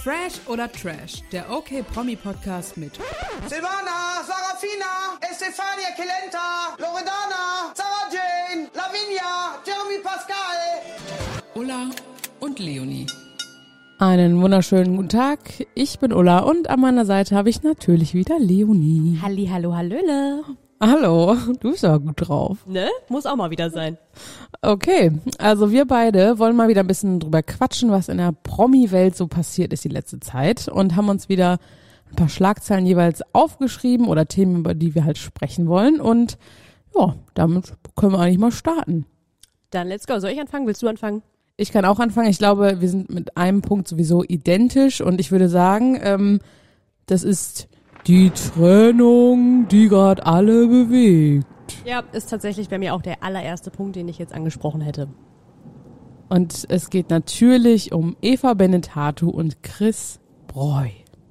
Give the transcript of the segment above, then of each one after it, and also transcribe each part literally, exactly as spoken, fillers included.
Fresh oder Trash, der OK-Promi-Podcast mit Silvana, Sarafina, Estefania Kelenta, Loredana, Sarah Jane, Lavinia, Jeremy Pascal, Ulla und Leonie. Einen wunderschönen guten Tag, ich bin Ulla und an meiner Seite habe ich natürlich wieder Leonie. Halli, hallo, hallöle. Hallo, du bist aber gut drauf. Ne? Muss auch mal wieder sein. Okay, also wir beide wollen mal wieder ein bisschen drüber quatschen, was in der Promi-Welt so passiert ist die letzte Zeit und haben uns wieder ein paar Schlagzeilen jeweils aufgeschrieben oder Themen, über die wir halt sprechen wollen und ja, damit können wir eigentlich mal starten. Dann let's go. Soll ich anfangen? Willst du anfangen? Ich kann auch anfangen. Ich glaube, wir sind mit einem Punkt sowieso identisch und ich würde sagen, ähm, das ist die Trennung, die gerade alle bewegt. Ja, ist tatsächlich bei mir auch der allererste Punkt, den ich jetzt angesprochen hätte. Und es geht natürlich um Eva Benetatu und Chris Breu.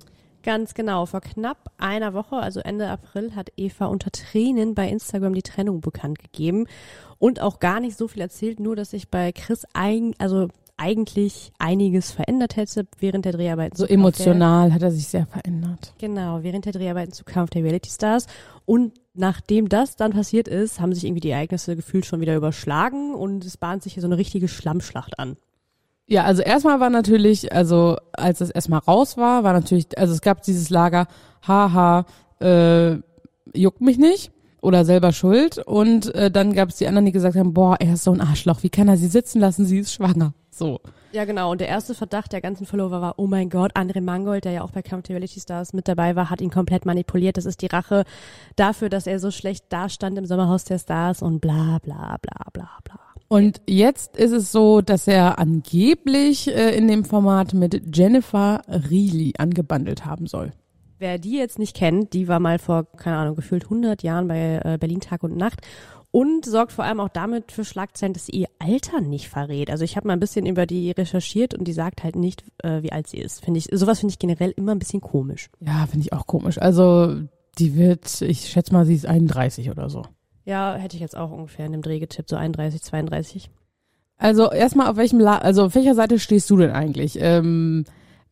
Ganz genau. Vor knapp einer Woche, also Ende April, hat Eva unter Tränen bei Instagram die Trennung bekannt gegeben und auch gar nicht so viel erzählt, nur dass sich bei Chris eigen, also eigentlich einiges verändert hätte während der Dreharbeiten. So emotional der, hat er sich sehr verändert. Genau, während der Dreharbeiten zu Kampf der Reality Stars. Und nachdem das dann passiert ist, haben sich irgendwie die Ereignisse gefühlt schon wieder überschlagen und es bahnt sich hier so eine richtige Schlammschlacht an. Ja, also erstmal war natürlich, also als das erstmal raus war, war natürlich, also es gab dieses Lager, haha, äh, juckt mich nicht oder selber schuld. Und äh, dann gab es die anderen, die gesagt haben, boah, er ist so ein Arschloch, wie kann er sie sitzen lassen, sie ist schwanger. So. Ja, genau. Und der erste Verdacht der ganzen Follower war, oh mein Gott, André Mangold, der ja auch bei Kampf der Reality Stars mit dabei war, hat ihn komplett manipuliert. Das ist die Rache dafür, dass er so schlecht dastand im Sommerhaus der Stars und bla bla bla bla bla. Und jetzt ist es so, dass er angeblich äh, in dem Format mit Jennifer Reilly angebandelt haben soll. Wer die jetzt nicht kennt, die war mal vor, keine Ahnung, gefühlt hundert Jahren bei äh, Berlin Tag und Nacht und sorgt vor allem auch damit für Schlagzeilen, dass sie ihr Alter nicht verrät. Also ich habe mal ein bisschen über die recherchiert und die sagt halt nicht, äh, wie alt sie ist. Finde ich, sowas finde ich generell immer ein bisschen komisch. Ja, finde ich auch komisch. Also die wird, ich schätze mal, sie ist einunddreißig oder so. Ja, hätte ich jetzt auch ungefähr in dem Dreh getippt, so einunddreißig, zweiunddreißig. Also erstmal, auf welchem La- also auf welcher Seite stehst du denn eigentlich? Ähm,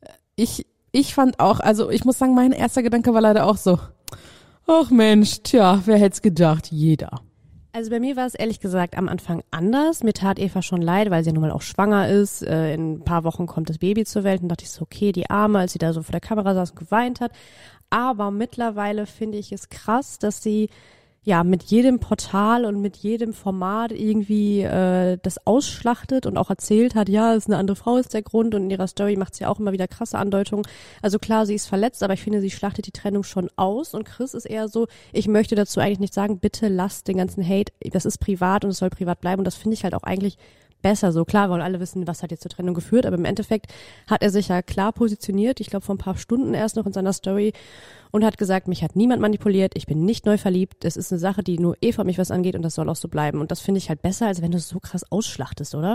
ich ich fand auch, also ich muss sagen, mein erster Gedanke war leider auch so, ach Mensch, tja, wer hätte es gedacht? Jeder. Also bei mir war es ehrlich gesagt am Anfang anders. Mir tat Eva schon leid, weil sie ja nun mal auch schwanger ist. Äh, in ein paar Wochen kommt das Baby zur Welt und dachte ich so, okay, die Arme, als sie da so vor der Kamera saß und geweint hat. Aber mittlerweile finde ich es krass, dass sie ja mit jedem Portal und mit jedem Format irgendwie äh, das ausschlachtet und auch erzählt hat, ja, es ist eine andere Frau ist der Grund und in ihrer Story macht sie auch immer wieder krasse Andeutungen. Also klar, sie ist verletzt, aber ich finde, sie schlachtet die Trennung schon aus und Chris ist eher so, ich möchte dazu eigentlich nicht sagen, bitte lasst den ganzen Hate, das ist privat und es soll privat bleiben und das finde ich halt auch eigentlich besser so. Klar, wollen alle wissen, was hat jetzt zur Trennung geführt, aber im Endeffekt hat er sich ja klar positioniert, ich glaube vor ein paar Stunden erst noch in seiner Story und hat gesagt, mich hat niemand manipuliert, ich bin nicht neu verliebt, es ist eine Sache, die nur Eva mich was angeht und das soll auch so bleiben und das finde ich halt besser, als wenn du es so krass ausschlachtest, oder?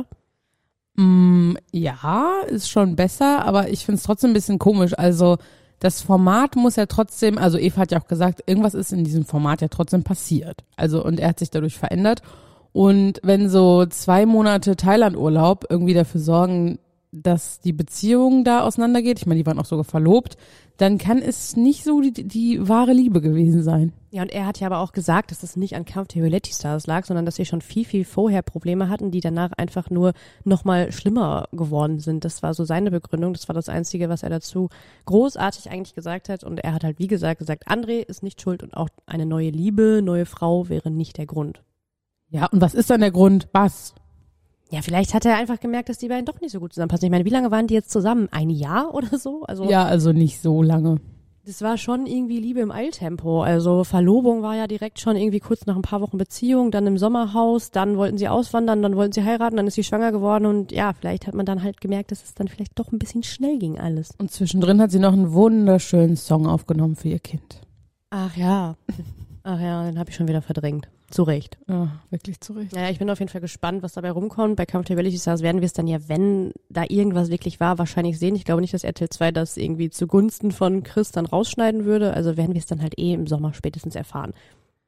Mm, ja, ist schon besser, aber ich finde es trotzdem ein bisschen komisch, also das Format muss ja trotzdem, also Eva hat ja auch gesagt, irgendwas ist in diesem Format ja trotzdem passiert, also und er hat sich dadurch verändert. Und wenn so zwei Monate Thailand-Urlaub irgendwie dafür sorgen, dass die Beziehung da auseinandergeht, ich meine, die waren auch sogar verlobt, dann kann es nicht so die, die wahre Liebe gewesen sein. Ja, und er hat ja aber auch gesagt, dass das nicht an Kampf der Reality Stars lag, sondern dass sie schon viel, viel vorher Probleme hatten, die danach einfach nur nochmal schlimmer geworden sind. Das war so seine Begründung, das war das Einzige, was er dazu großartig eigentlich gesagt hat. Und er hat halt, wie gesagt, gesagt, André ist nicht schuld und auch eine neue Liebe, neue Frau wäre nicht der Grund. Ja, und was ist dann der Grund? Was? Ja, vielleicht hat er einfach gemerkt, dass die beiden doch nicht so gut zusammenpassen. Ich meine, wie lange waren die jetzt zusammen? Ein Jahr oder so? Also ja, also nicht so lange. Das war schon irgendwie Liebe im Eiltempo. Also Verlobung war ja direkt schon irgendwie kurz nach ein paar Wochen Beziehung, dann im Sommerhaus, dann wollten sie auswandern, dann wollten sie heiraten, dann ist sie schwanger geworden und ja, vielleicht hat man dann halt gemerkt, dass es dann vielleicht doch ein bisschen schnell ging alles. Und zwischendrin hat sie noch einen wunderschönen Song aufgenommen für ihr Kind. Ach ja. Ach ja, den habe ich schon wieder verdrängt. Zu Recht. Ja, wirklich zu Recht. Naja, ich bin auf jeden Fall gespannt, was dabei rumkommt. Bei Kampf der Reality Stars werden wir es dann ja, wenn da irgendwas wirklich war, wahrscheinlich sehen. Ich glaube nicht, dass R T L zwei das irgendwie zugunsten von Chris dann rausschneiden würde. Also werden wir es dann halt eh im Sommer spätestens erfahren.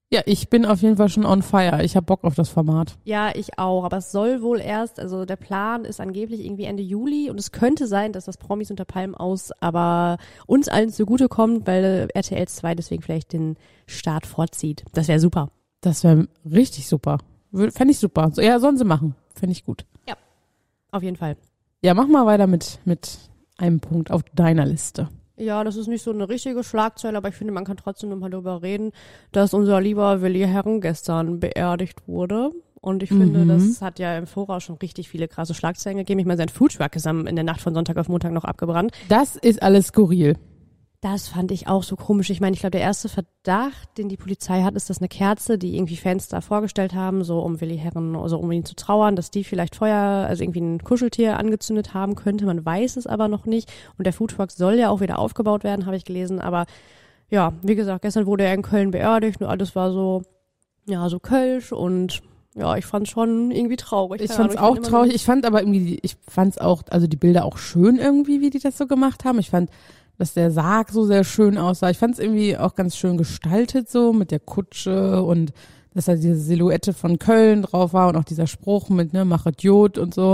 Ja, ich bin auf jeden Fall schon on fire. Ich habe Bock auf das Format. Ja, ich auch. Aber es soll wohl erst, also der Plan ist angeblich irgendwie Ende Juli und es könnte sein, dass das Promis unter Palmen aus aber uns allen zugutekommt, weil R T L zwei deswegen vielleicht den Start vorzieht. Das wäre super. Das wäre richtig super. Fände ich super. So, ja, sollen sie machen. Fände ich gut. Ja, auf jeden Fall. Ja, mach mal weiter mit, mit einem Punkt auf deiner Liste. Ja, das ist nicht so eine richtige Schlagzeile, aber ich finde, man kann trotzdem nochmal darüber reden, dass unser lieber Willi Herren gestern beerdigt wurde. Und ich finde, Mhm. das hat ja im Voraus schon richtig viele krasse Schlagzeilen gegeben. Ich meine, sein Foodtruck ist am, in der Nacht von Sonntag auf Montag noch abgebrannt. Das ist alles skurril. Das fand ich auch so komisch. Ich meine, ich glaube, der erste Verdacht, den die Polizei hat, ist, dass eine Kerze, die irgendwie Fans da vorgestellt haben, so um Willi Herren, also um ihn zu trauern, dass die vielleicht Feuer, also irgendwie ein Kuscheltier angezündet haben könnte. Man weiß es aber noch nicht. Und der Foodtruck soll ja auch wieder aufgebaut werden, habe ich gelesen. Aber ja, wie gesagt, gestern wurde er in Köln beerdigt und alles war so, ja, so kölsch und ja, ich fand es schon irgendwie traurig. Ich Keine fand es Ahnung, auch ich bin immer traurig. Ich fand aber irgendwie, ich fand es auch, also die Bilder auch schön irgendwie, wie die das so gemacht haben. Ich fand, dass der Sarg so sehr schön aussah. Ich fand es irgendwie auch ganz schön gestaltet so mit der Kutsche und dass da diese Silhouette von Köln drauf war und auch dieser Spruch mit, ne, machet Jod und so.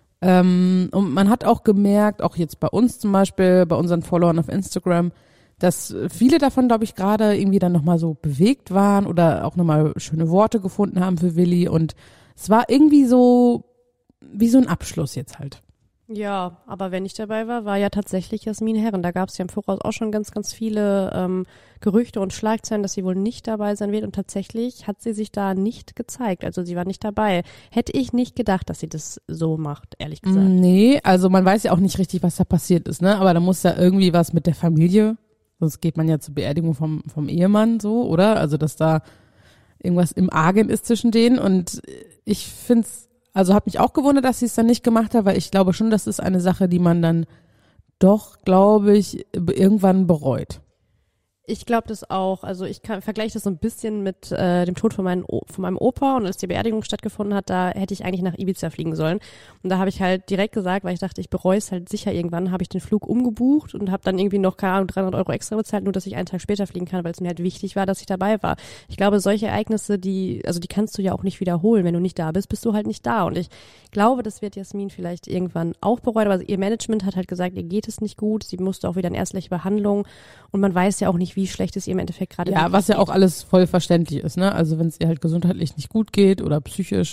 Ähm, und man hat auch gemerkt, auch jetzt bei uns zum Beispiel, bei unseren Followern auf Instagram, dass viele davon, glaube ich, gerade irgendwie dann nochmal so bewegt waren oder auch nochmal schöne Worte gefunden haben für Willi. Und es war irgendwie so, wie so ein Abschluss jetzt halt. Ja, aber wenn ich dabei war, war ja tatsächlich Jasmin Herren. Da gab es ja im Voraus auch schon ganz, ganz viele ähm, Gerüchte und Schlagzeilen, dass sie wohl nicht dabei sein wird. Und tatsächlich hat sie sich da nicht gezeigt. Also sie war nicht dabei. Hätte ich nicht gedacht, dass sie das so macht, ehrlich gesagt. Nee, also man weiß ja auch nicht richtig, was da passiert ist, ne? Aber da muss ja irgendwie was mit der Familie, sonst geht man ja zur Beerdigung vom, vom Ehemann so, oder? Also dass da irgendwas im Argen ist zwischen denen. Und ich find's Also hat mich auch gewundert, dass sie es dann nicht gemacht hat, weil ich glaube schon, das ist eine Sache, die man dann doch, glaube ich, irgendwann bereut. Ich glaube das auch. Also ich kann, vergleiche das so ein bisschen mit äh, dem Tod von, meinen, O- von meinem Opa und als die Beerdigung stattgefunden hat, da hätte ich eigentlich nach Ibiza fliegen sollen. Und da habe ich halt direkt gesagt, weil ich dachte, ich bereue es halt sicher irgendwann, habe ich den Flug umgebucht und habe dann irgendwie noch, keine Ahnung, dreihundert Euro extra bezahlt, nur dass ich einen Tag später fliegen kann, weil es mir halt wichtig war, dass ich dabei war. Ich glaube, solche Ereignisse, die, also die kannst du ja auch nicht wiederholen. Wenn du nicht da bist, bist du halt nicht da. Und ich glaube, das wird Jasmin vielleicht irgendwann auch bereuen, aber ihr Management hat halt gesagt, ihr geht es nicht gut, sie musste auch wieder in ärztliche Behandlung und man weiß ja auch nicht, wie schlecht es ihr im Endeffekt gerade Ja, was ja auch alles voll verständlich ist, ne? Also wenn es ihr halt gesundheitlich nicht gut geht oder psychisch.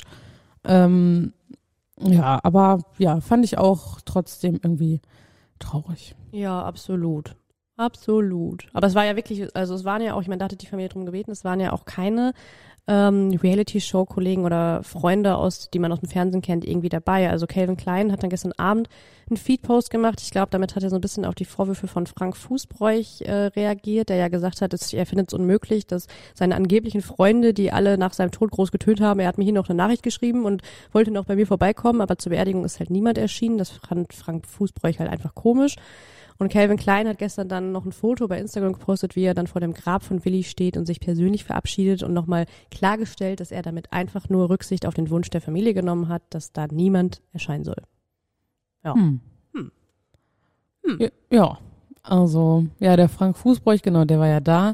Ähm, ja, aber ja, fand ich auch trotzdem irgendwie traurig. Ja, absolut. Absolut. Aber es war ja wirklich, also es waren ja auch, ich meine, da hatte die Familie drum gebeten, es waren ja auch keine ähm, Reality-Show-Kollegen oder Freunde, aus, die man aus dem Fernsehen kennt, irgendwie dabei. Also Calvin Klein hat dann gestern Abend einen Feed-Post gemacht. Ich glaube, damit hat er so ein bisschen auf die Vorwürfe von Frank Fußbräuch äh, reagiert, der ja gesagt hat, dass er findet es unmöglich, dass seine angeblichen Freunde, die alle nach seinem Tod groß getönt haben, er hat mir hier noch eine Nachricht geschrieben und wollte noch bei mir vorbeikommen, aber zur Beerdigung ist halt niemand erschienen. Das fand Frank Fußbräuch halt einfach komisch. Und Calvin Klein hat gestern dann noch ein Foto bei Instagram gepostet, wie er dann vor dem Grab von Willi steht und sich persönlich verabschiedet und nochmal klargestellt, dass er damit einfach nur Rücksicht auf den Wunsch der Familie genommen hat, dass da niemand erscheinen soll. Ja. Hm. Hm. Hm. Ja, ja, also, ja, der Frank Fußbräuch, genau, der war ja da.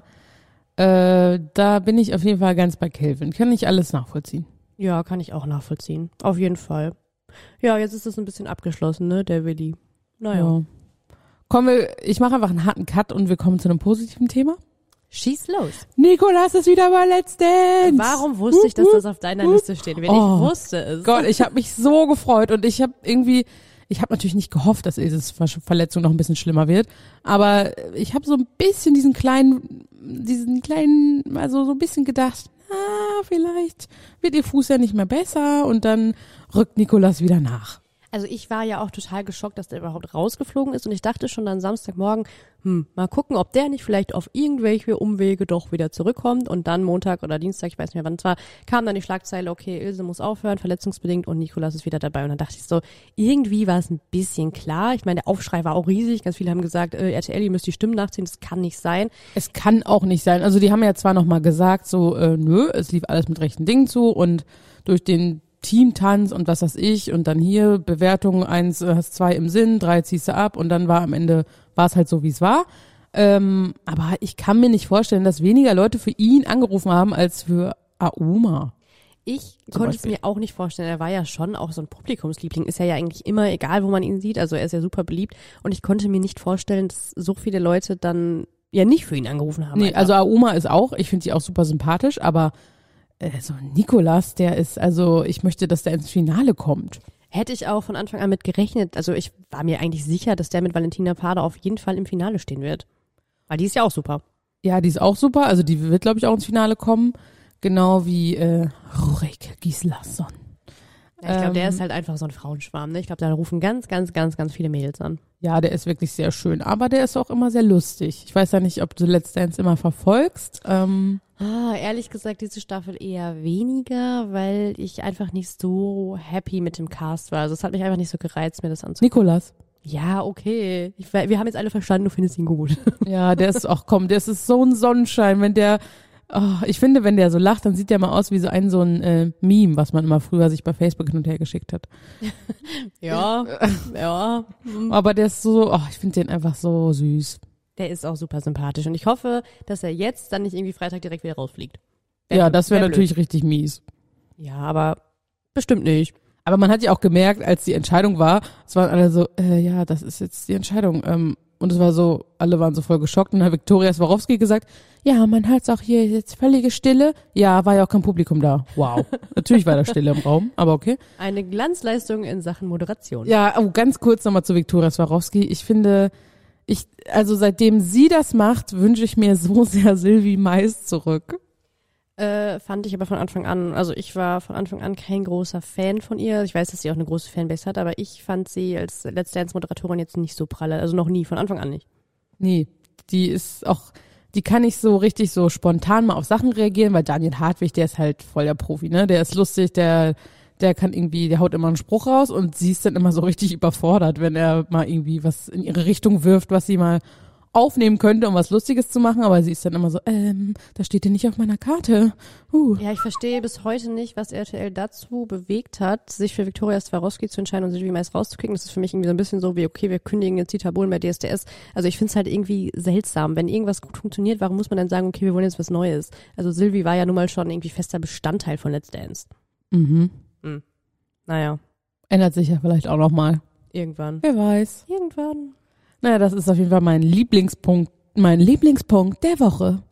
Äh, da bin ich auf jeden Fall ganz bei Calvin. Kann ich alles nachvollziehen. Ja, kann ich auch nachvollziehen. Auf jeden Fall. Ja, jetzt ist es ein bisschen abgeschlossen, ne, der Willi. Naja. Ja. Kommen wir, ich mache einfach einen harten Cut und wir kommen zu einem positiven Thema. Schieß los. Nikolas ist wieder bei Let's Dance. Warum wusste ich, dass das auf deiner Liste steht? Wenn Oh, ich wusste es. Gott, ich habe mich so gefreut und ich habe irgendwie, ich habe natürlich nicht gehofft, dass diese Verletzung noch ein bisschen schlimmer wird, aber ich habe so ein bisschen diesen kleinen, diesen kleinen, also so ein bisschen gedacht, ah, vielleicht wird ihr Fuß ja nicht mehr besser und dann rückt Nikolas wieder nach. Also ich war ja auch total geschockt, dass der überhaupt rausgeflogen ist und ich dachte schon dann Samstagmorgen, hm, mal gucken, ob der nicht vielleicht auf irgendwelche Umwege doch wieder zurückkommt und dann Montag oder Dienstag, ich weiß nicht mehr wann es war, kam dann die Schlagzeile, okay, Ilse muss aufhören, verletzungsbedingt und Nikolas ist wieder dabei und dann dachte ich so, irgendwie war es ein bisschen klar, ich meine, der Aufschrei war auch riesig, ganz viele haben gesagt, äh, R T L, ihr müsst die Stimmen nachziehen, das kann nicht sein. Es kann auch nicht sein, also die haben ja zwar nochmal gesagt, so, äh, nö, es lief alles mit rechten Dingen zu und durch den Teamtanz und was weiß ich und dann hier Bewertung eins, hast zwei im Sinn, drei ziehst du ab und dann war am Ende, war es halt so, wie es war. Ähm, aber ich kann mir nicht vorstellen, dass weniger Leute für ihn angerufen haben als für Aouma. Ich konnte es mir auch nicht vorstellen. Er war ja schon auch so ein Publikumsliebling. Ist ja ja eigentlich immer egal, wo man ihn sieht. Also er ist ja super beliebt. Und ich konnte mir nicht vorstellen, dass so viele Leute dann ja nicht für ihn angerufen haben. Nee, einfach. also Aouma ist auch, ich finde sie auch super sympathisch, aber äh, so Nicolas, der ist, also ich möchte, dass der ins Finale kommt. Hätte ich auch von Anfang an mit gerechnet. Also ich war mir eigentlich sicher, dass der mit Valentina Pader auf jeden Fall im Finale stehen wird. Weil die ist ja auch super. Ja, die ist auch super, also die wird, glaube ich, auch ins Finale kommen. Genau wie äh, Rurik Gislason. Ja, ich glaube, Ähm, der ist halt einfach so ein Frauenschwarm. Ne? Ich glaube, da rufen ganz, ganz, ganz, ganz viele Mädels an. Ja, der ist wirklich sehr schön, aber der ist auch immer sehr lustig. Ich weiß ja nicht, ob du Let's Dance immer verfolgst. Ähm, Ah, ehrlich gesagt, diese Staffel eher weniger, weil ich einfach nicht so happy mit dem Cast war. Also es hat mich einfach nicht so gereizt, mir das anzugucken. Nikolas. Ja, okay. Ich, wir haben jetzt alle verstanden, du findest ihn gut. Ja, der ist auch, komm, der ist so ein Sonnenschein, wenn der, oh, ich finde, wenn der so lacht, dann sieht der mal aus wie so ein, so ein äh, Meme, was man immer früher sich bei Facebook hin und her geschickt hat. Ja, ja. Aber der ist so, oh, ich finde den einfach so süß. Der ist auch super sympathisch und ich hoffe, dass er jetzt dann nicht irgendwie Freitag direkt wieder rausfliegt. Wär, Ja, das wäre wär natürlich richtig mies. Ja, aber bestimmt nicht. Aber man hat ja auch gemerkt, als die Entscheidung war, es waren alle so, äh, ja, das ist jetzt die Entscheidung. Ähm, und es war so, alle waren so voll geschockt. Und dann hat Viktoria Swarovski gesagt, ja, man hört es auch hier jetzt völlige Stille. Ja, war ja auch kein Publikum da. Wow. Natürlich war da Stille im Raum, aber okay. Eine Glanzleistung in Sachen Moderation. Ja, oh, ganz kurz nochmal zu Viktoria Swarovski. Ich finde, ich, also seitdem sie das macht, wünsche ich mir so sehr Sylvie Mais zurück. Äh, fand ich aber von Anfang an, also ich war von Anfang an kein großer Fan von ihr. Ich weiß, dass sie auch eine große Fanbase hat, aber ich fand sie als Let's Dance Moderatorin jetzt nicht so pralle. Also noch nie, von Anfang an nicht. Nee, die ist auch, die kann nicht so richtig so spontan mal auf Sachen reagieren, weil Daniel Hartwig, der ist halt voll der Profi, ne? Der ist lustig, der, der kann irgendwie, der haut immer einen Spruch raus und sie ist dann immer so richtig überfordert, wenn er mal irgendwie was in ihre Richtung wirft, was sie mal aufnehmen könnte, um was Lustiges zu machen, aber sie ist dann immer so, ähm, das steht ja nicht auf meiner Karte. Uh. Ja, ich verstehe bis heute nicht, was R T L dazu bewegt hat, sich für Viktoria Swarovski zu entscheiden und Sylvie Mais rauszukicken. Das ist für mich irgendwie so ein bisschen so wie, okay, wir kündigen jetzt Dieter Bohlen bei D S D S. Also ich finde es halt irgendwie seltsam. Wenn irgendwas gut funktioniert, warum muss man dann sagen, okay, wir wollen jetzt was Neues? Also Sylvie war ja nun mal schon irgendwie fester Bestandteil von Let's Dance. Mhm. Hm. Naja, Ändert sich ja vielleicht auch noch mal. irgendwann. Wer weiß. Irgendwann. Naja, das ist auf jeden Fall mein Lieblingspunkt, mein Lieblingspunkt der Woche.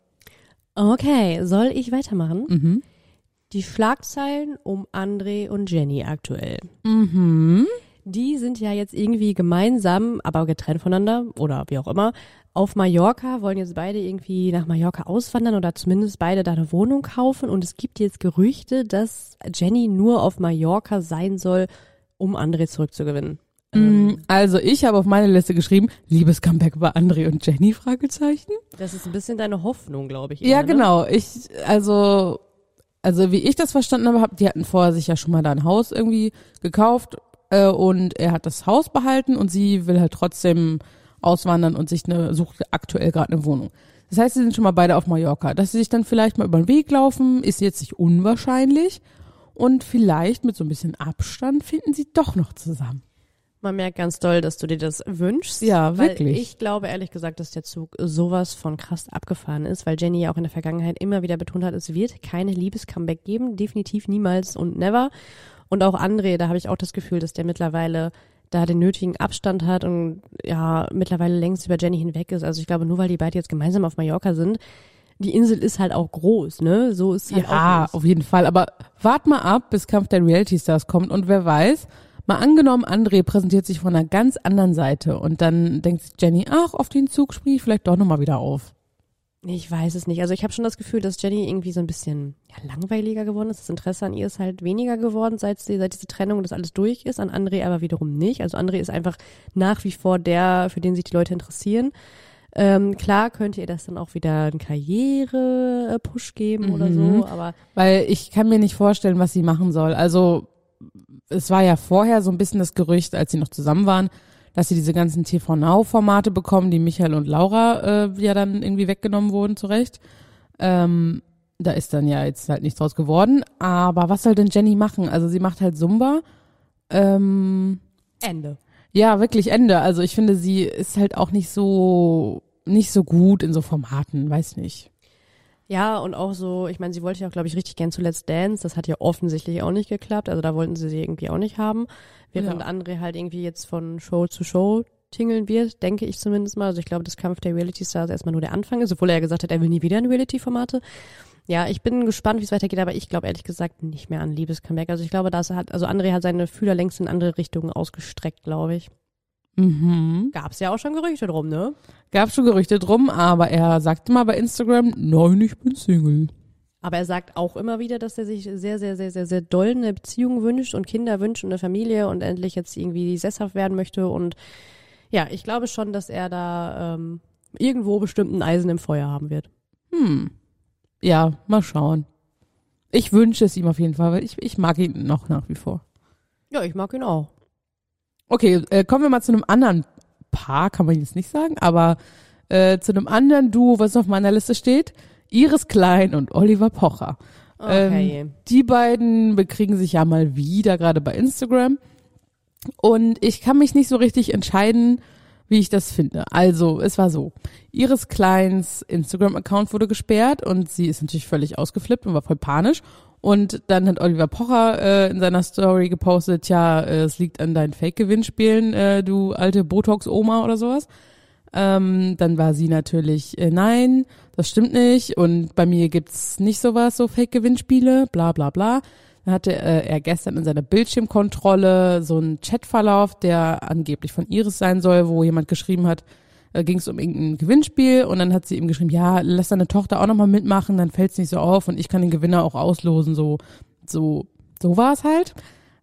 Okay, soll ich weitermachen? Mhm. Die Schlagzeilen um André und Jenny aktuell. Mhm. Die sind ja jetzt irgendwie gemeinsam, aber getrennt voneinander oder wie auch immer, auf Mallorca, wollen jetzt beide irgendwie nach Mallorca auswandern oder zumindest beide da eine Wohnung kaufen. Und es gibt jetzt Gerüchte, dass Jenny nur auf Mallorca sein soll, um André zurückzugewinnen. Mm, Also ich habe auf meine Liste geschrieben, Liebes-Comeback bei André und Jenny, Fragezeichen. Das ist ein bisschen deine Hoffnung, glaube ich. Ja, eher, ne? genau. Ich, also, also wie ich das verstanden habe, hab- die hatten vorher sich ja schon mal da ein Haus irgendwie gekauft äh, und er hat das Haus behalten und sie will halt trotzdem auswandern und sich eine, sucht aktuell gerade eine Wohnung. Das heißt, sie sind schon mal beide auf Mallorca. Dass sie sich dann vielleicht mal über den Weg laufen, ist jetzt nicht unwahrscheinlich und vielleicht mit so ein bisschen Abstand finden sie doch noch zusammen. Man merkt ganz doll, dass du dir das wünschst. Ja, weil wirklich. Ich glaube ehrlich gesagt, dass der Zug sowas von krass abgefahren ist, weil Jenny ja auch in der Vergangenheit immer wieder betont hat, es wird keine Liebes-Comeback geben, definitiv niemals und never. Und auch André, da habe ich auch das Gefühl, dass der mittlerweile da den nötigen Abstand hat und ja mittlerweile längst über Jenny hinweg ist. Also ich glaube, nur weil die beiden jetzt gemeinsam auf Mallorca sind, die Insel ist halt auch groß, ne? So ist es halt Ja, auch nicht. auf jeden Fall. Aber wart mal ab, bis Kampf der Reality Stars kommt und wer weiß, mal angenommen, André präsentiert sich von einer ganz anderen Seite und dann denkt sich Jenny, ach, auf den Zug springe ich vielleicht doch nochmal wieder auf. Ich weiß es nicht. Also ich habe schon das Gefühl, dass Jenny irgendwie so ein bisschen ja, langweiliger geworden ist. Das Interesse an ihr ist halt weniger geworden, seit, sie, seit diese Trennung und das alles durch ist. An André aber wiederum nicht. Also André ist einfach nach wie vor der, für den sich die Leute interessieren. Ähm, klar könnte ihr das dann auch wieder einen Karriere-Push geben Mhm. oder so, aber Weil ich kann mir nicht vorstellen, was sie machen soll. Also es war ja vorher so ein bisschen das Gerücht, als sie noch zusammen waren, dass sie diese ganzen T V Now-Formate bekommen, die Michael und Laura äh, ja dann irgendwie weggenommen wurden, zurecht. Ähm, da ist dann ja jetzt halt nichts draus geworden. Aber was soll denn Jenny machen? Also sie macht halt Zumba. Ähm, Ende. ja, wirklich Ende. Also ich finde, sie ist halt auch nicht so nicht so gut in so Formaten, weiß nicht. Ja, und auch so, ich meine, sie wollte ja auch, glaube ich, richtig gern zu Let's Dance. Das hat ja offensichtlich auch nicht geklappt. Also da wollten sie sie irgendwie auch nicht haben. Während Ja. André halt irgendwie jetzt von Show zu Show tingeln wird, denke ich zumindest mal. Also ich glaube, das Kampf der Reality Stars erstmal nur der Anfang ist, obwohl er ja gesagt hat, er will nie wieder in Reality-Formate. Ja, ich bin gespannt, wie es weitergeht, aber ich glaube ehrlich gesagt nicht mehr an Liebes-Comeback. Also ich glaube, das hat, also André hat seine Fühler längst in andere Richtungen ausgestreckt, glaube ich. Mhm. Gab's ja auch schon Gerüchte drum, ne? Gab schon Gerüchte drum, aber er sagte mal bei Instagram, nein, ich bin Single. Aber er sagt auch immer wieder, dass er sich sehr, sehr, sehr, sehr, sehr doll eine Beziehung wünscht und Kinder wünscht und eine Familie und endlich jetzt irgendwie sesshaft werden möchte. Und ja, ich glaube schon, dass er da ähm, irgendwo bestimmt ein Eisen im Feuer haben wird. Hm. Ja, mal schauen. Ich wünsche es ihm auf jeden Fall, weil ich, ich mag ihn noch nach wie vor. Ja, ich mag ihn auch. Okay, äh, kommen wir mal zu einem anderen Paar, kann man jetzt nicht sagen, aber äh, zu einem anderen Duo, was auf meiner Liste steht. Iris Klein und Oliver Pocher. Okay. Ähm, die beiden bekriegen sich ja mal wieder, gerade bei Instagram. Und ich kann mich nicht so richtig entscheiden, wie ich das finde. Also, es war so. Iris Kleins Instagram-Account wurde gesperrt und sie ist natürlich völlig ausgeflippt und war voll panisch. Und dann hat Oliver Pocher äh, in seiner Story gepostet, ja, äh, es liegt an deinen Fake-Gewinnspielen, äh, du alte Botox-Oma oder sowas. Ähm, dann war sie natürlich, äh, nein, das stimmt nicht und bei mir gibt's nicht sowas, so Fake-Gewinnspiele, bla bla bla. Dann hatte äh, er gestern in seiner Bildschirmkontrolle so einen Chatverlauf, der angeblich von Iris sein soll, wo jemand geschrieben hat, äh, ging es um irgendein Gewinnspiel und dann hat sie ihm geschrieben, ja, lass deine Tochter auch nochmal mitmachen, dann fällt's nicht so auf und ich kann den Gewinner auch auslosen, so, so, so war es halt.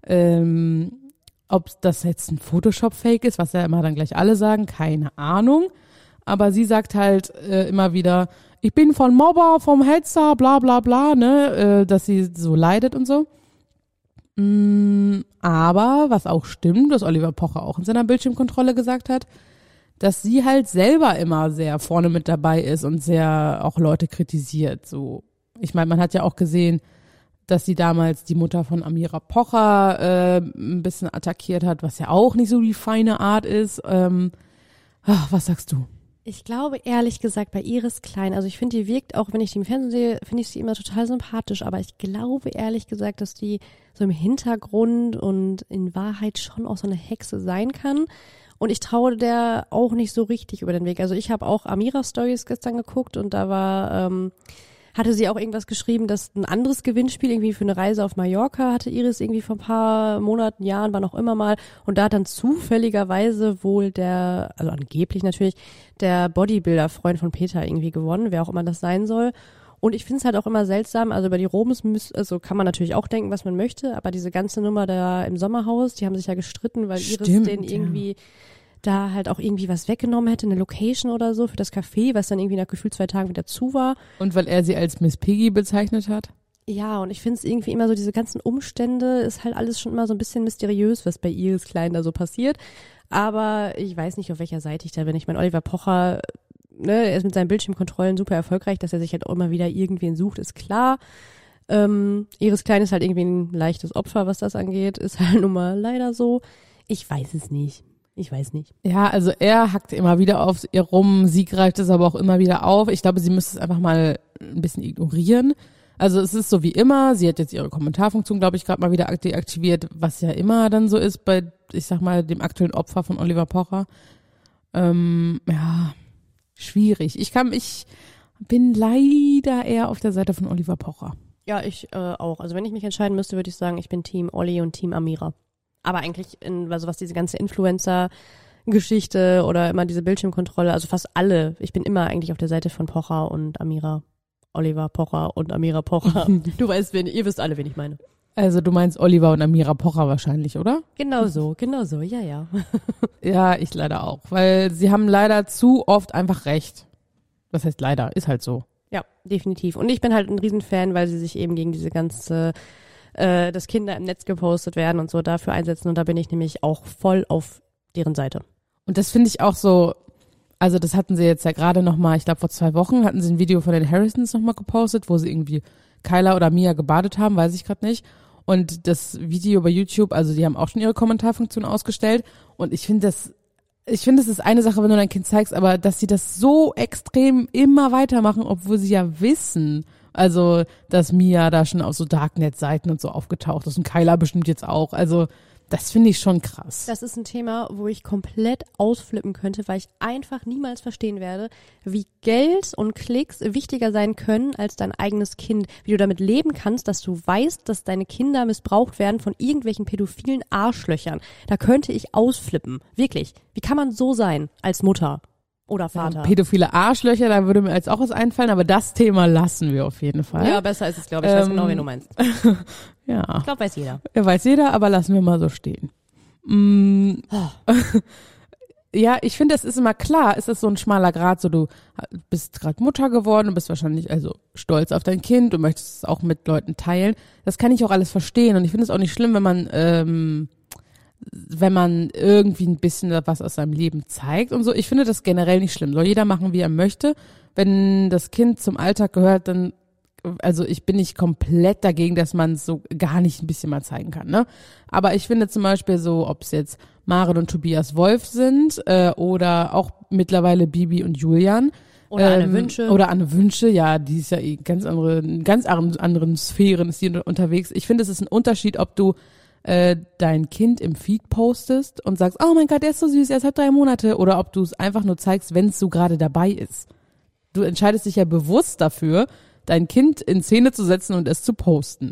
Ähm, Ob das jetzt ein Photoshop-Fake ist, was ja immer dann gleich alle sagen, keine Ahnung. Aber sie sagt halt äh, immer wieder, ich bin von Mobber, vom Hetzer, bla bla bla, ne, äh, dass sie so leidet und so. Mm, aber was auch stimmt, was Oliver Pocher auch in seiner Bildschirmkontrolle gesagt hat, dass sie halt selber immer sehr vorne mit dabei ist und sehr auch Leute kritisiert. So, ich meine, man hat ja auch gesehen, dass sie damals die Mutter von Amira Pocher äh, ein bisschen attackiert hat, was ja auch nicht so die feine Art ist. Ähm, ach, was sagst du? Ich glaube ehrlich gesagt bei Iris Klein, also ich finde, die wirkt, auch wenn ich die im Fernsehen sehe, finde ich sie immer total sympathisch, aber ich glaube ehrlich gesagt, dass die so im Hintergrund und in Wahrheit schon auch so eine Hexe sein kann. Und ich traue der auch nicht so richtig über den Weg. Also ich habe auch Amira-Stories gestern geguckt und da war... Ähm, hatte sie auch irgendwas geschrieben, dass ein anderes Gewinnspiel irgendwie für eine Reise auf Mallorca hatte Iris irgendwie vor ein paar Monaten, Jahren, war noch immer mal. Und da hat dann zufälligerweise wohl der, also angeblich natürlich, der Bodybuilder-Freund von Peter irgendwie gewonnen, wer auch immer das sein soll. Und ich finde es halt auch immer seltsam, also über die Robens, müß, also kann man natürlich auch denken, was man möchte, aber diese ganze Nummer da im Sommerhaus, die haben sich ja gestritten, weil Iris Stimmt, den irgendwie... Ja. da halt auch irgendwie was weggenommen hätte, eine Location oder so für das Café, was dann irgendwie nach gefühlt zwei Tagen wieder zu war. Und weil er sie als Miss Piggy bezeichnet hat? Ja, und ich finde es irgendwie immer so, diese ganzen Umstände ist halt alles schon immer so ein bisschen mysteriös, was bei Iris Klein da so passiert. Aber ich weiß nicht, auf welcher Seite ich da bin. Ich meine, Oliver Pocher, ne, er ist mit seinen Bildschirmkontrollen super erfolgreich, dass er sich halt auch immer wieder irgendwen sucht, ist klar. Ähm, Iris Klein ist halt irgendwie ein leichtes Opfer, was das angeht, ist halt nun mal leider so. Ich weiß es nicht. Ich weiß nicht. Ja, also er hackt immer wieder auf ihr rum, sie greift es aber auch immer wieder auf. Ich glaube, sie müsste es einfach mal ein bisschen ignorieren. Also es ist so wie immer, sie hat jetzt ihre Kommentarfunktion, glaube ich, gerade mal wieder deaktiviert, was ja immer dann so ist bei, ich sag mal, dem aktuellen Opfer von Oliver Pocher. Ähm, ja, schwierig. Ich kann, ich bin leider eher auf der Seite von Oliver Pocher. Ja, ich äh, auch. Also wenn ich mich entscheiden müsste, würde ich sagen, ich bin Team Olli und Team Amira. Aber eigentlich, in, also was diese ganze Influencer-Geschichte oder immer diese Bildschirmkontrolle, also fast alle, ich bin immer eigentlich auf der Seite von Pocher und Amira. Oliver Pocher und Amira Pocher. Du weißt, wen, ihr wisst alle, wen ich meine. Also du meinst Oliver und Amira Pocher wahrscheinlich, oder? Genau so, genau so, ja, ja. Ja, ich leider auch, weil sie haben leider zu oft einfach recht. Das heißt leider, ist halt so. Ja, definitiv. Und ich bin halt ein Riesenfan, weil sie sich eben gegen diese ganze äh, dass Kinder im Netz gepostet werden und so dafür einsetzen. Und da bin ich nämlich auch voll auf deren Seite. Und das finde ich auch so, also das hatten sie jetzt ja gerade nochmal, ich glaube vor zwei Wochen hatten sie ein Video von den Harrisons nochmal gepostet, wo sie irgendwie Kyla oder Mia gebadet haben, weiß ich gerade nicht. Und das Video bei YouTube, also die haben auch schon ihre Kommentarfunktion ausgestellt. Und ich finde das ich finde, es ist eine Sache, wenn du dein Kind zeigst, aber dass sie das so extrem immer weitermachen, obwohl sie ja wissen, also, dass Mia da schon auf so Darknet-Seiten und so aufgetaucht ist und Kyla bestimmt jetzt auch, also, das finde ich schon krass. Das ist ein Thema, wo ich komplett ausflippen könnte, weil ich einfach niemals verstehen werde, wie Geld und Klicks wichtiger sein können als dein eigenes Kind. Wie du damit leben kannst, dass du weißt, dass deine Kinder missbraucht werden von irgendwelchen pädophilen Arschlöchern. Da könnte ich ausflippen. Wirklich. Wie kann man so sein als Mutter oder Vater? Ja, pädophile Arschlöcher, da würde mir jetzt auch was einfallen, aber das Thema lassen wir auf jeden Fall. Ja, besser ist es, glaube ich. Ich weiß Ähm, genau, wen du meinst. Ja. Ich glaube, weiß jeder. Ja, weiß jeder, aber lassen wir mal so stehen. Mm. Ja, ich finde, es ist immer klar, es ist so ein schmaler Grat, so du bist gerade Mutter geworden, du bist wahrscheinlich also stolz auf dein Kind, du möchtest es auch mit Leuten teilen. Das kann ich auch alles verstehen und ich finde es auch nicht schlimm, wenn man ähm, wenn man irgendwie ein bisschen was aus seinem Leben zeigt und so. Ich finde das generell nicht schlimm. Soll jeder machen, wie er möchte. Wenn das Kind zum Alltag gehört, dann also ich bin nicht komplett dagegen, dass man es so gar nicht ein bisschen mal zeigen kann, ne? Aber ich finde zum Beispiel so, ob es jetzt Maren und Tobias Wolf sind äh, oder auch mittlerweile Bibi und Julian. Oder Anne ähm, Wünsche. Oder Anne Wünsche, ja, die ist ja eh ganz andere, in ganz anderen, anderen Sphären ist die unterwegs. Ich finde, es ist ein Unterschied, ob du äh, dein Kind im Feed postest und sagst, oh mein Gott, der ist so süß, er ist halt drei Monate, oder ob du es einfach nur zeigst, wenn es so gerade dabei ist. Du entscheidest dich ja bewusst dafür, dein Kind in Szene zu setzen und es zu posten.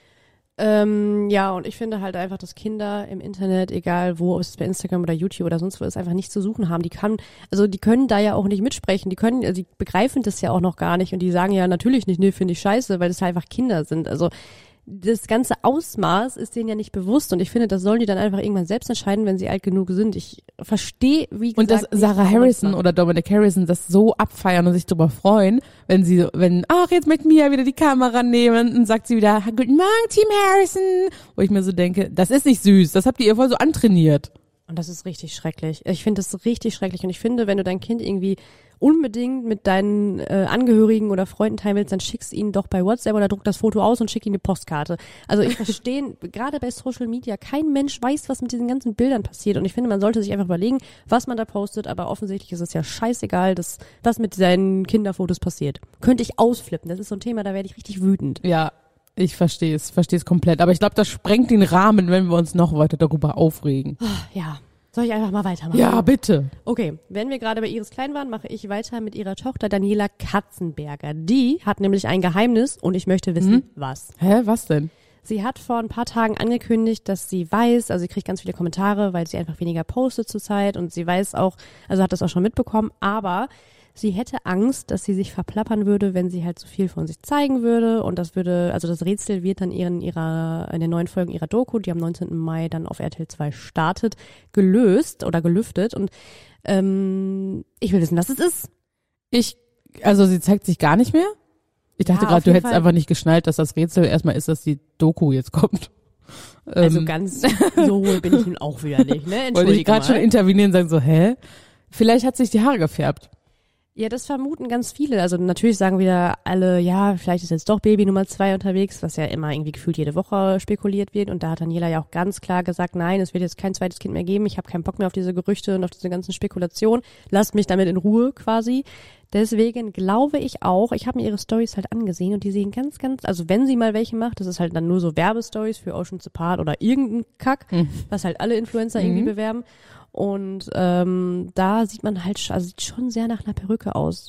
Ähm, ja, und ich finde halt einfach, dass Kinder im Internet, egal wo, ob es bei Instagram oder YouTube oder sonst wo ist, einfach nichts zu suchen haben. Die kann, also die können da ja auch nicht mitsprechen. Die können, also die begreifen das ja auch noch gar nicht und die sagen ja natürlich nicht, nee, finde ich scheiße, weil das halt einfach Kinder sind. Also das ganze Ausmaß ist denen ja nicht bewusst und ich finde, das sollen die dann einfach irgendwann selbst entscheiden, wenn sie alt genug sind. Ich verstehe, wie gesagt, und dass nicht, Sarah warum Harrison das oder Dominic Harrison das so abfeiern und sich darüber freuen, wenn sie, wenn, ach, jetzt möchte Mia wieder die Kamera nehmen und sagt sie wieder, guten Morgen, Team Harrison. Wo ich mir so denke, das ist nicht süß, das habt ihr ihr voll so antrainiert. Und das ist richtig schrecklich. Ich finde das richtig schrecklich und ich finde, wenn du dein Kind irgendwie unbedingt mit deinen äh, Angehörigen oder Freunden teilen willst, dann schickst ihn doch bei WhatsApp oder druck das Foto aus und schick ihm eine Postkarte. Also ich verstehe, gerade bei Social Media, kein Mensch weiß, was mit diesen ganzen Bildern passiert und ich finde, man sollte sich einfach überlegen, was man da postet, aber offensichtlich ist es ja scheißegal, dass, was mit seinen Kinderfotos passiert. Könnte ich ausflippen, das ist so ein Thema, da werde ich richtig wütend. Ja, ich verstehe es, verstehe es komplett, aber ich glaube, das sprengt den Rahmen, wenn wir uns noch weiter darüber aufregen. Ja. Soll ich einfach mal weitermachen? Ja, bitte. Okay, wenn wir gerade bei Iris Klein waren, mache ich weiter mit ihrer Tochter Daniela Katzenberger. Die hat nämlich ein Geheimnis und ich möchte wissen, Mhm. was. Hä, was denn? Sie hat vor ein paar Tagen angekündigt, dass sie weiß, also sie kriegt ganz viele Kommentare, weil sie einfach weniger postet zurzeit und sie weiß auch, also hat das auch schon mitbekommen, aber sie hätte Angst, dass sie sich verplappern würde, wenn sie halt so viel von sich zeigen würde und das würde, also das Rätsel wird dann in ihrer, in den neuen Folgen ihrer Doku, die am neunzehnten Mai dann auf R T L zwei startet, gelöst oder gelüftet und ähm, ich will wissen, was es ist. Ich, also sie zeigt sich gar nicht mehr? Ich dachte Ja, gerade, auf du jeden hättest Fall. einfach nicht geschnallt, dass das Rätsel erstmal ist, dass die Doku jetzt kommt. Also Ähm, ganz so hohl bin ich nun auch wieder nicht, ne? wollte ich Entschuldige gerade schon mal. intervenieren und sagen so, hä? Vielleicht hat sich die Haare gefärbt. Ja, das vermuten ganz viele. Also natürlich sagen wieder alle, ja, vielleicht ist jetzt doch Baby Nummer zwei unterwegs, was ja immer irgendwie gefühlt jede Woche spekuliert wird. Und da hat Daniela ja auch ganz klar gesagt, nein, es wird jetzt kein zweites Kind mehr geben. Ich habe keinen Bock mehr auf diese Gerüchte und auf diese ganzen Spekulationen. Lasst mich damit in Ruhe quasi. Deswegen glaube ich auch, ich habe mir ihre Stories halt angesehen und die sehen ganz, ganz, also wenn sie mal welche macht, das ist halt dann nur so Werbestories für Ocean's Apart oder irgendein Kack, Mhm. was halt alle Influencer Mhm. irgendwie bewerben. Und ähm, da sieht man halt, also sieht schon sehr nach einer Perücke aus.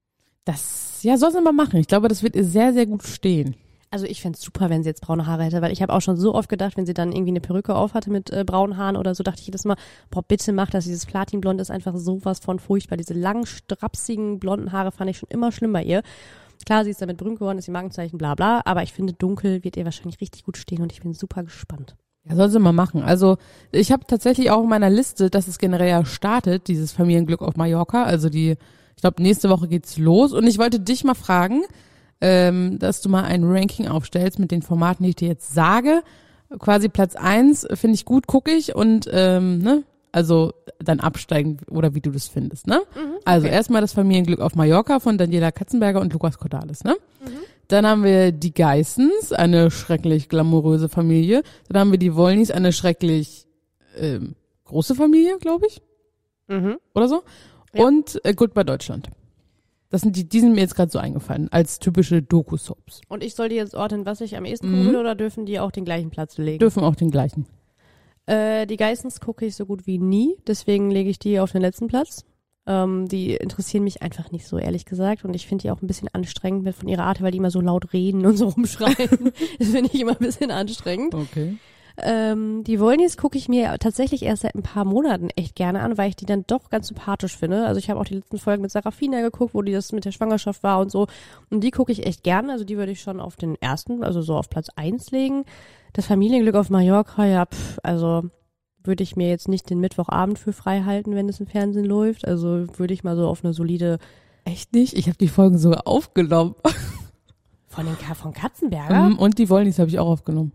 Das, ja, soll sie mal machen. Ich glaube, das wird ihr sehr, sehr gut stehen. Also ich fänd's super, wenn sie jetzt braune Haare hätte, weil ich habe auch schon so oft gedacht, wenn sie dann irgendwie eine Perücke auf hatte mit äh, braunen Haaren oder so, dachte ich jedes Mal, boah, bitte mach das, dieses Platinblond ist einfach sowas von furchtbar. Diese langen, strapsigen, blonden Haare fand ich schon immer schlimm bei ihr. Klar, sie ist damit berühmt geworden, ist ihr Markenzeichen, bla bla, aber ich finde, dunkel wird ihr wahrscheinlich richtig gut stehen und ich bin super gespannt. Ja, soll sie mal machen. Also ich habe tatsächlich auch in meiner Liste, dass es generell ja startet, dieses Familienglück auf Mallorca. Also die, ich glaube, nächste Woche geht's los. Und ich wollte dich mal fragen, ähm, dass du mal ein Ranking aufstellst mit den Formaten, die ich dir jetzt sage. Quasi Platz eins finde ich gut, gucke ich und ähm, ne, also dann absteigen oder wie du das findest, ne? Mhm, okay. Also erstmal das Familienglück auf Mallorca von Daniela Katzenberger und Lukas Cordalis, ne? Mhm. Dann haben wir die Geissens, eine schrecklich glamouröse Familie. Dann haben wir die Wollnys, eine schrecklich ähm, große Familie, glaube ich. Mhm. oder so. Ja. Und äh, Goodbye Deutschland. Das sind die, die sind mir jetzt gerade so eingefallen, als typische Doku-Soaps. Und ich soll die jetzt ordnen, was ich am ehesten Mhm. gucken will, oder dürfen die auch den gleichen Platz belegen? Dürfen auch den gleichen. Äh, die Geissens gucke ich so gut wie nie, deswegen lege ich die auf den letzten Platz. Ähm, die interessieren mich einfach nicht so, ehrlich gesagt. Und ich finde die auch ein bisschen anstrengend mit von ihrer Art, weil die immer so laut reden und so rumschreien. Das finde ich immer ein bisschen anstrengend. Okay. Ähm, die Wollnies gucke ich mir tatsächlich erst seit ein paar Monaten echt gerne an, weil ich die dann doch ganz sympathisch finde. Also ich habe auch die letzten Folgen mit Sarafina geguckt, wo die das mit der Schwangerschaft war und so. Und die gucke ich echt gerne. Also die würde ich schon auf den ersten, also so auf Platz eins legen. Das Familienglück auf Mallorca, ja, pff, also würde ich mir jetzt nicht den Mittwochabend für frei halten, wenn es im Fernsehen läuft. Also würde ich mal so auf eine solide... Echt nicht? Ich habe die Folgen sogar aufgenommen. Von den Ka- von Katzenberger? Mhm, und die Wollnies habe ich auch aufgenommen.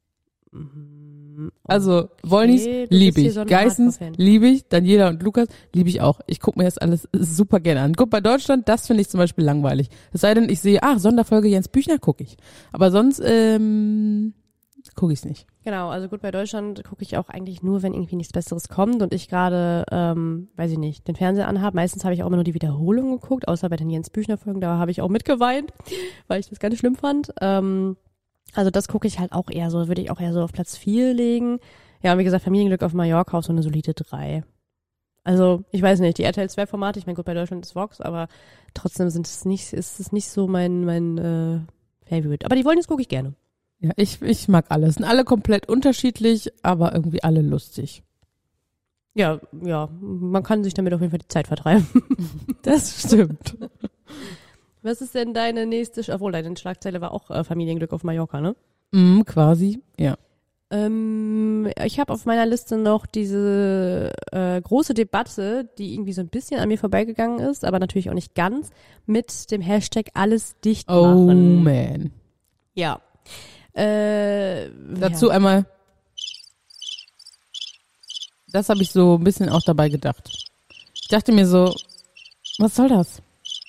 Also Wollnies du bist liebe hier ich, so ein Geissens Hardcore-Fan. liebe ich, Daniela und Lukas liebe ich auch. Ich gucke mir das alles super gerne an. Guck, bei Deutschland, das finde ich zum Beispiel langweilig. Es sei denn, ich sehe, ach, Sonderfolge Jens Büchner, gucke ich. Aber sonst ähm, gucke ich es nicht. Genau, also gut, bei Deutschland gucke ich auch eigentlich nur, wenn irgendwie nichts Besseres kommt und ich gerade, ähm, weiß ich nicht, den Fernseher anhabe. Meistens habe ich auch immer nur die Wiederholung geguckt, außer bei den Jens Büchner-Folgen, da habe ich auch mitgeweint, weil ich das ganz schlimm fand. Ähm, also das gucke ich halt auch eher so, würde ich auch eher so auf Platz vier legen. Ja, und wie gesagt, Familienglück auf Mallorca auf so eine solide drei. Also, ich weiß nicht, die R T L zwei Formate, ich meine, gut, bei Deutschland ist Vox, aber trotzdem sind es nicht, ist es nicht so mein, mein äh, Favorite. Aber die Wollnies gucke ich gerne. Ja, ich, ich mag alles. Sind alle komplett unterschiedlich, aber irgendwie alle lustig. Ja, ja, man kann sich damit auf jeden Fall die Zeit vertreiben. Das stimmt. Was ist denn deine nächste, Sch- obwohl deine Schlagzeile war auch äh, Familienglück auf Mallorca, ne? Mm, quasi, ja. Ähm, ich habe auf meiner Liste noch diese äh, große Debatte, die irgendwie so ein bisschen an mir vorbeigegangen ist, aber natürlich auch nicht ganz, mit dem Hashtag alles dicht Oh machen. man. Ja. Äh, Dazu ja. einmal, das habe ich so ein bisschen auch dabei gedacht. Ich dachte mir so, was soll das?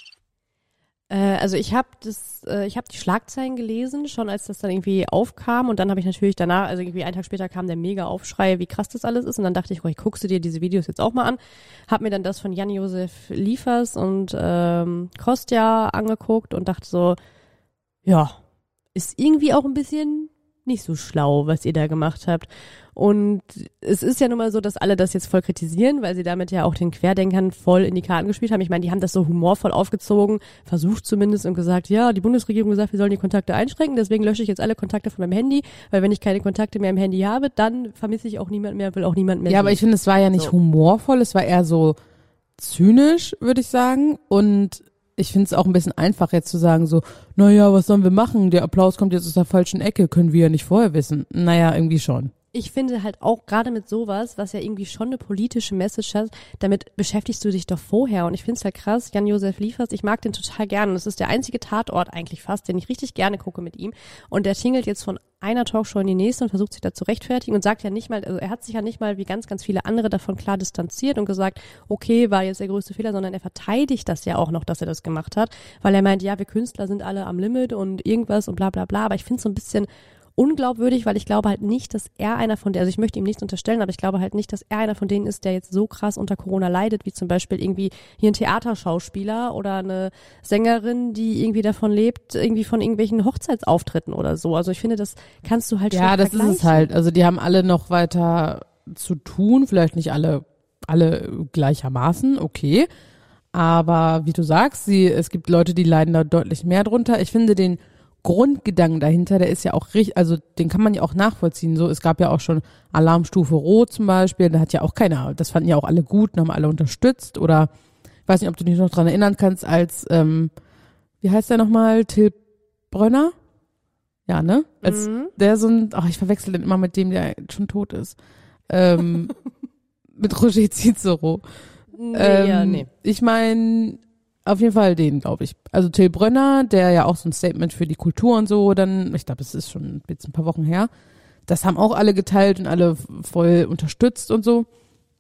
Äh, also ich habe das, äh, ich habe die Schlagzeilen gelesen, schon als das dann irgendwie aufkam und dann habe ich natürlich danach, also irgendwie einen Tag später kam der mega Aufschrei, wie krass das alles ist und dann dachte ich, oh, ich guckst du dir diese Videos jetzt auch mal an, habe mir dann das von Jan-Josef Liefers und ähm, Kostja angeguckt und dachte so, ja, ist irgendwie auch ein bisschen nicht so schlau, was ihr da gemacht habt. Und es ist ja nun mal so, dass alle das jetzt voll kritisieren, weil sie damit ja auch den Querdenkern voll in die Karten gespielt haben. Ich meine, die haben das so humorvoll aufgezogen, versucht zumindest und gesagt, ja, die Bundesregierung gesagt, wir sollen die Kontakte einschränken, deswegen lösche ich jetzt alle Kontakte von meinem Handy, weil wenn ich keine Kontakte mehr im Handy habe, dann vermisse ich auch niemand mehr, will auch niemand mehr Ja, sehen. aber ich finde, es war ja nicht So. humorvoll, es war eher so zynisch, würde ich sagen. Und ich finde es auch ein bisschen einfach jetzt zu sagen so, naja, was sollen wir machen? Der Applaus kommt jetzt aus der falschen Ecke, können wir ja nicht vorher wissen. Naja, irgendwie schon. Ich finde halt auch gerade mit sowas, was ja irgendwie schon eine politische Message hat, damit beschäftigst du dich doch vorher. Und ich finde es halt krass, Jan-Josef Liefers, ich mag den total gerne. Und es ist der einzige Tatort eigentlich fast, den ich richtig gerne gucke mit ihm. Und der tingelt jetzt von einer Talkshow in die nächste und versucht sich da zu rechtfertigen und sagt ja nicht mal, also er hat sich ja nicht mal wie ganz, ganz viele andere davon klar distanziert und gesagt, okay, war jetzt der größte Fehler, sondern er verteidigt das ja auch noch, dass er das gemacht hat, weil er meint, ja, wir Künstler sind alle am Limit und irgendwas und bla bla bla. Aber ich finde es so ein bisschen unglaubwürdig, weil ich glaube halt nicht, dass er einer von der, also ich möchte ihm nichts unterstellen, aber ich glaube halt nicht, dass er einer von denen ist, der jetzt so krass unter Corona leidet, wie zum Beispiel irgendwie hier ein Theaterschauspieler oder eine Sängerin, die irgendwie davon lebt, irgendwie von irgendwelchen Hochzeitsauftritten oder so. Also ich finde, das kannst du halt Ja, schlecht das ist vergleichen. es halt. Also die haben alle noch weiter zu tun, vielleicht nicht alle, alle gleichermaßen, okay. Aber wie du sagst, sie, es gibt Leute, die leiden da deutlich mehr drunter. Ich finde den Grundgedanken dahinter, der ist ja auch richtig, also den kann man ja auch nachvollziehen. So, es gab ja auch schon Alarmstufe Rot zum Beispiel, da hat ja auch keiner, das fanden ja auch alle gut und haben alle unterstützt. Oder ich weiß nicht, ob du dich noch dran erinnern kannst, als, ähm, wie heißt der nochmal, Till Brönner? Ja, ne? Als Mhm. der so ein, ach, ich verwechsel den immer mit dem, der schon tot ist. Ähm, mit Roger Cicero. Nee, Ähm, ja, nee. Ich meine, auf jeden Fall den, glaube ich. Also Till Brönner, der ja auch so ein Statement für die Kultur und so, dann, ich glaube, es ist schon jetzt ein paar Wochen her. Das haben auch alle geteilt und alle voll unterstützt und so.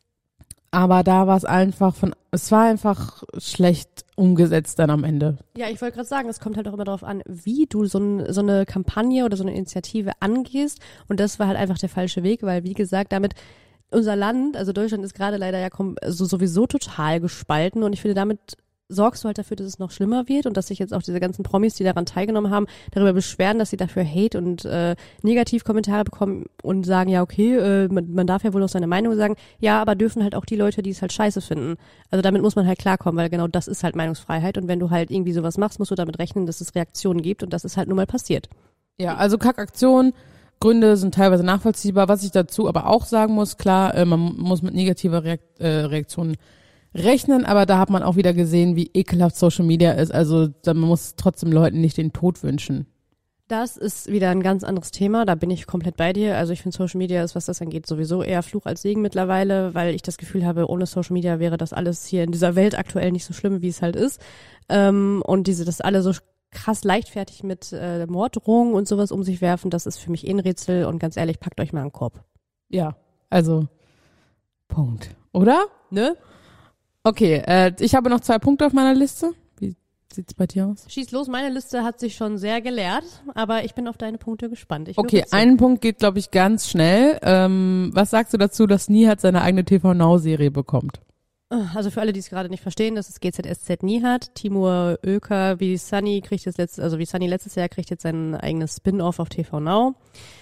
Aber da war es einfach von, es war einfach schlecht umgesetzt dann am Ende. Ja, ich wollte gerade sagen, es kommt halt auch immer darauf an, wie du so, ein, so eine Kampagne oder so eine Initiative angehst. Und das war halt einfach der falsche Weg, weil wie gesagt, damit unser Land, also Deutschland ist gerade leider ja kom- also sowieso total gespalten und ich finde, damit sorgst du halt dafür, dass es noch schlimmer wird und dass sich jetzt auch diese ganzen Promis, die daran teilgenommen haben, darüber beschweren, dass sie dafür Hate und äh, Negativkommentare bekommen und sagen, ja okay, äh, man, man darf ja wohl noch seine Meinung sagen, ja, aber dürfen halt auch die Leute, die es halt scheiße finden. Also damit muss man halt klarkommen, weil genau das ist halt Meinungsfreiheit und wenn du halt irgendwie sowas machst, musst du damit rechnen, dass es Reaktionen gibt und das ist halt nun mal passiert. Ja, also Kackaktionen, Gründe sind teilweise nachvollziehbar. Was ich dazu aber auch sagen muss, klar, äh, man muss mit negativer Reakt- äh, Reaktionen rechnen, aber da hat man auch wieder gesehen, wie ekelhaft Social Media ist. Also da, man muss trotzdem Leuten nicht den Tod wünschen. Das ist wieder ein ganz anderes Thema, da bin ich komplett bei dir. Also ich finde Social Media ist, was das angeht, sowieso eher Fluch als Segen mittlerweile, weil ich das Gefühl habe, ohne Social Media wäre das alles hier in dieser Welt aktuell nicht so schlimm, wie es halt ist. Ähm, und diese, das alle so krass leichtfertig mit äh, Morddrohungen und sowas um sich werfen, das ist für mich eh ein Rätsel und ganz ehrlich, packt euch mal einen Korb. Ja, also Punkt. Oder? Ne? Okay, äh, ich habe noch zwei Punkte auf meiner Liste. Wie sieht's bei dir aus? Schieß los, meine Liste hat sich schon sehr geleert, aber ich bin auf deine Punkte gespannt. Ich höre Okay, zu. ein Punkt geht, glaube ich, ganz schnell. Ähm, was sagst du dazu, dass Nihat seine eigene T V Now-Serie bekommt? Also für alle, die es gerade nicht verstehen, das ist G Z S Z Nihat. Timur Öker, wie Sunny kriegt jetzt letztes, also wie Sunny letztes Jahr kriegt jetzt sein eigenes Spin-off auf T V Now.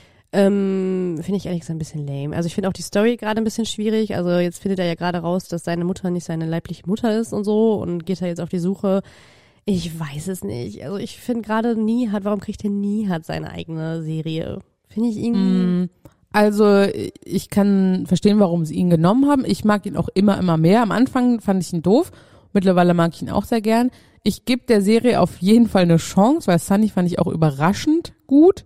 Ähm, finde ich ehrlich gesagt ein bisschen lame. Also ich finde auch die Story gerade ein bisschen schwierig. Also jetzt findet er ja gerade raus, dass seine Mutter nicht seine leibliche Mutter ist und so und geht er jetzt auf die Suche. Ich weiß es nicht. Also ich finde gerade Nihat, warum kriegt er Nihat seine eigene Serie? Finde ich irgendwie... Also ich kann verstehen, warum sie ihn genommen haben. Ich mag ihn auch immer, immer mehr. Am Anfang fand ich ihn doof. Mittlerweile mag ich ihn auch sehr gern. Ich gebe der Serie auf jeden Fall eine Chance, weil Sunny fand ich auch überraschend gut.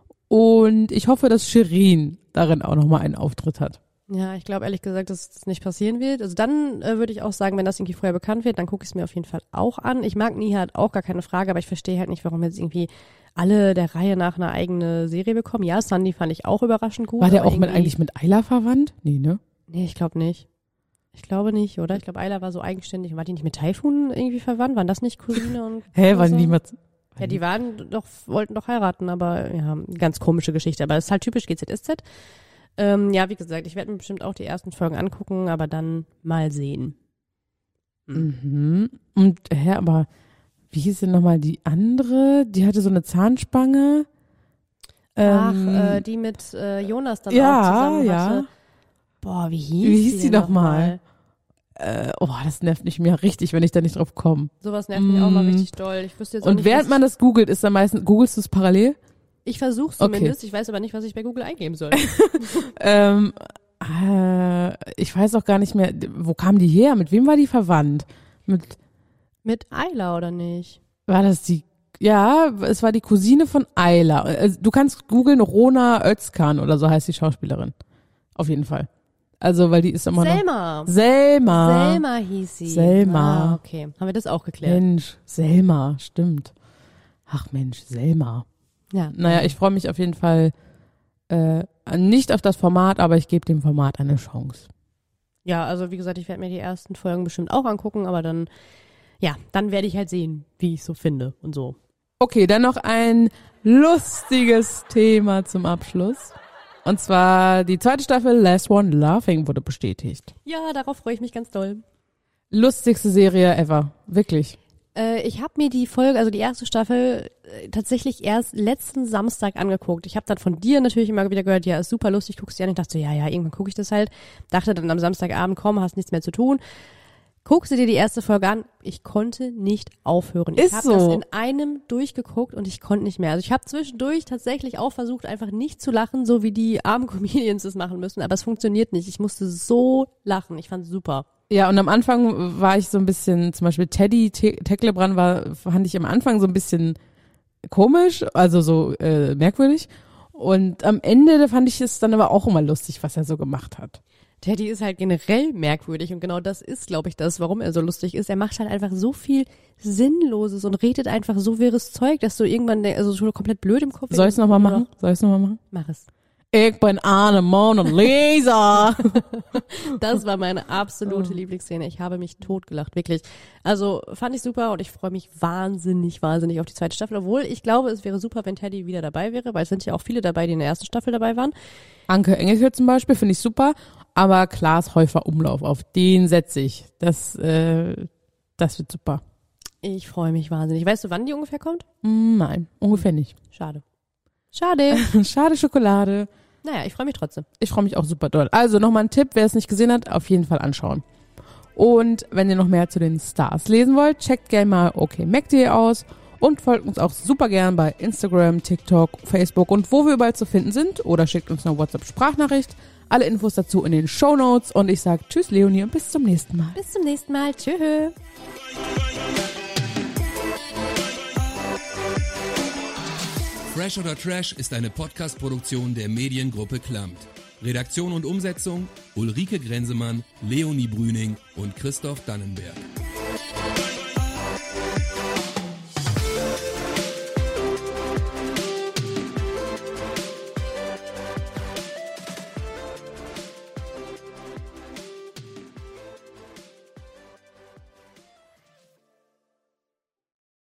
Und ich hoffe, dass Shirin darin auch nochmal einen Auftritt hat. Ja, ich glaube ehrlich gesagt, dass das nicht passieren wird. Also dann äh, würde ich auch sagen, wenn das irgendwie vorher bekannt wird, dann gucke ich es mir auf jeden Fall auch an. Ich mag Nihat auch, gar keine Frage, aber ich verstehe halt nicht, warum jetzt irgendwie alle der Reihe nach eine eigene Serie bekommen. Ja, Sandy fand ich auch überraschend gut. War der aber auch mit eigentlich mit Ayla verwandt? Nee, ne? Nee, ich glaube nicht. Ich glaube nicht, oder? Ich glaube, Ayla war so eigenständig. War die nicht mit Taifun irgendwie verwandt? Waren das nicht Cousine und Hä, waren die mal... Ja, die waren doch, wollten doch heiraten, aber ja, ganz komische Geschichte. Aber das ist halt typisch G Z S Z. Ähm, ja, wie gesagt, ich werde mir bestimmt auch die ersten Folgen angucken, aber dann mal sehen. Mhm. Und, hä, aber wie hieß denn nochmal die andere? Die hatte so eine Zahnspange. Ach, Ähm, äh, die mit äh, Jonas dann ja, auch zusammen ja. hatte. Boah, wie hieß, Wie hieß die denn nochmal? Äh, oh, das nervt mich mir richtig, wenn ich da nicht drauf komme. Sowas nervt mich auch mal Mm. richtig doll. Ich wüsste jetzt auch Und nicht, während was man das googelt, ist da meistens, googelst du es parallel? ich versuche zumindest, ich weiß aber nicht, was ich bei Google eingeben soll. Ähm, äh, ich weiß auch gar nicht mehr, wo kam die her? Mit wem war die verwandt? Mit, Mit Ayla oder nicht? war das die, ja, es war die Cousine von Ayla. Also, du kannst googeln, Rona Özkan oder so heißt die Schauspielerin. Auf jeden Fall. Also, weil die ist immer Selma. noch. Selma. Selma hieß sie. Selma. Ah, okay. Haben wir das auch geklärt? Mensch, Selma, stimmt. Ach Mensch, Selma. Ja. Naja, ich freue mich auf jeden Fall äh, nicht auf das Format, aber ich gebe dem Format eine Chance. Ja, also wie gesagt, ich werde mir die ersten Folgen bestimmt auch angucken, aber dann, ja, dann werde ich halt sehen, wie ich es so finde und so. Okay, dann noch ein lustiges Thema zum Abschluss. Und zwar die zweite Staffel Last One Laughing wurde bestätigt. Ja, darauf freue ich mich ganz doll. Lustigste Serie ever, wirklich. Äh, ich habe mir die Folge, also die erste Staffel, äh, tatsächlich erst letzten Samstag angeguckt. Ich habe dann von dir natürlich immer wieder gehört, ja, ist super lustig, guckst du dir an. Ich dachte so, ja, ja, irgendwann gucke ich das halt. Dachte dann am Samstagabend, komm, hast nichts mehr zu tun. Guckst du dir die erste Folge an? Ich konnte nicht aufhören. Ich Ist habe so. das in einem durchgeguckt und ich konnte nicht mehr. Also ich habe zwischendurch tatsächlich auch versucht, einfach nicht zu lachen, so wie die armen Comedians es machen müssen. Aber es funktioniert nicht. Ich musste so lachen. Ich fand es super. Ja, und am Anfang war ich so ein bisschen, zum Beispiel Teddy Te- Tecklebrand war, fand ich am Anfang so ein bisschen komisch, also so äh, merkwürdig. Und am Ende fand ich es dann aber auch immer lustig, was er so gemacht hat. Teddy ist halt generell merkwürdig und genau das ist, glaube ich, das, warum er so lustig ist. Er macht halt einfach so viel Sinnloses und redet einfach so wirres Zeug, dass du irgendwann, also schon komplett blöd im Kopf Soll ich es nochmal machen? Soll ich es nochmal machen? Mach es. Ich bin Anne Mona Lisa. Das war meine absolute Lieblingsszene. Ich habe mich totgelacht, wirklich. Also fand ich super und ich freue mich wahnsinnig, wahnsinnig auf die zweite Staffel. Obwohl ich glaube, es wäre super, wenn Teddy wieder dabei wäre, weil es sind ja auch viele dabei, die in der ersten Staffel dabei waren. Anke Engelke zum Beispiel finde ich super, aber Klaas Häufer Umlauf, auf den setze ich. Das, äh, das wird super. Ich freue mich wahnsinnig. Weißt du, wann die ungefähr kommt? Nein, ungefähr nicht. Schade. Schade. Schade Schokolade. Naja, ich freue mich trotzdem. Ich freue mich auch super doll. Also nochmal ein Tipp, wer es nicht gesehen hat, auf jeden Fall anschauen. Und wenn ihr noch mehr zu den Stars lesen wollt, checkt gerne mal okmac.de aus und folgt uns auch super gern bei Instagram, TikTok, Facebook und wo wir überall zu finden sind oder schickt uns eine WhatsApp-Sprachnachricht. Alle Infos dazu in den Shownotes und ich sage tschüss Leonie und bis zum nächsten Mal. Bis zum nächsten Mal. Tschö. Fresh oder Trash ist eine Podcast-Produktion der Mediengruppe Klammt. Redaktion und Umsetzung Ulrike Grenzemann, Leonie Brüning und Christoph Dannenberg.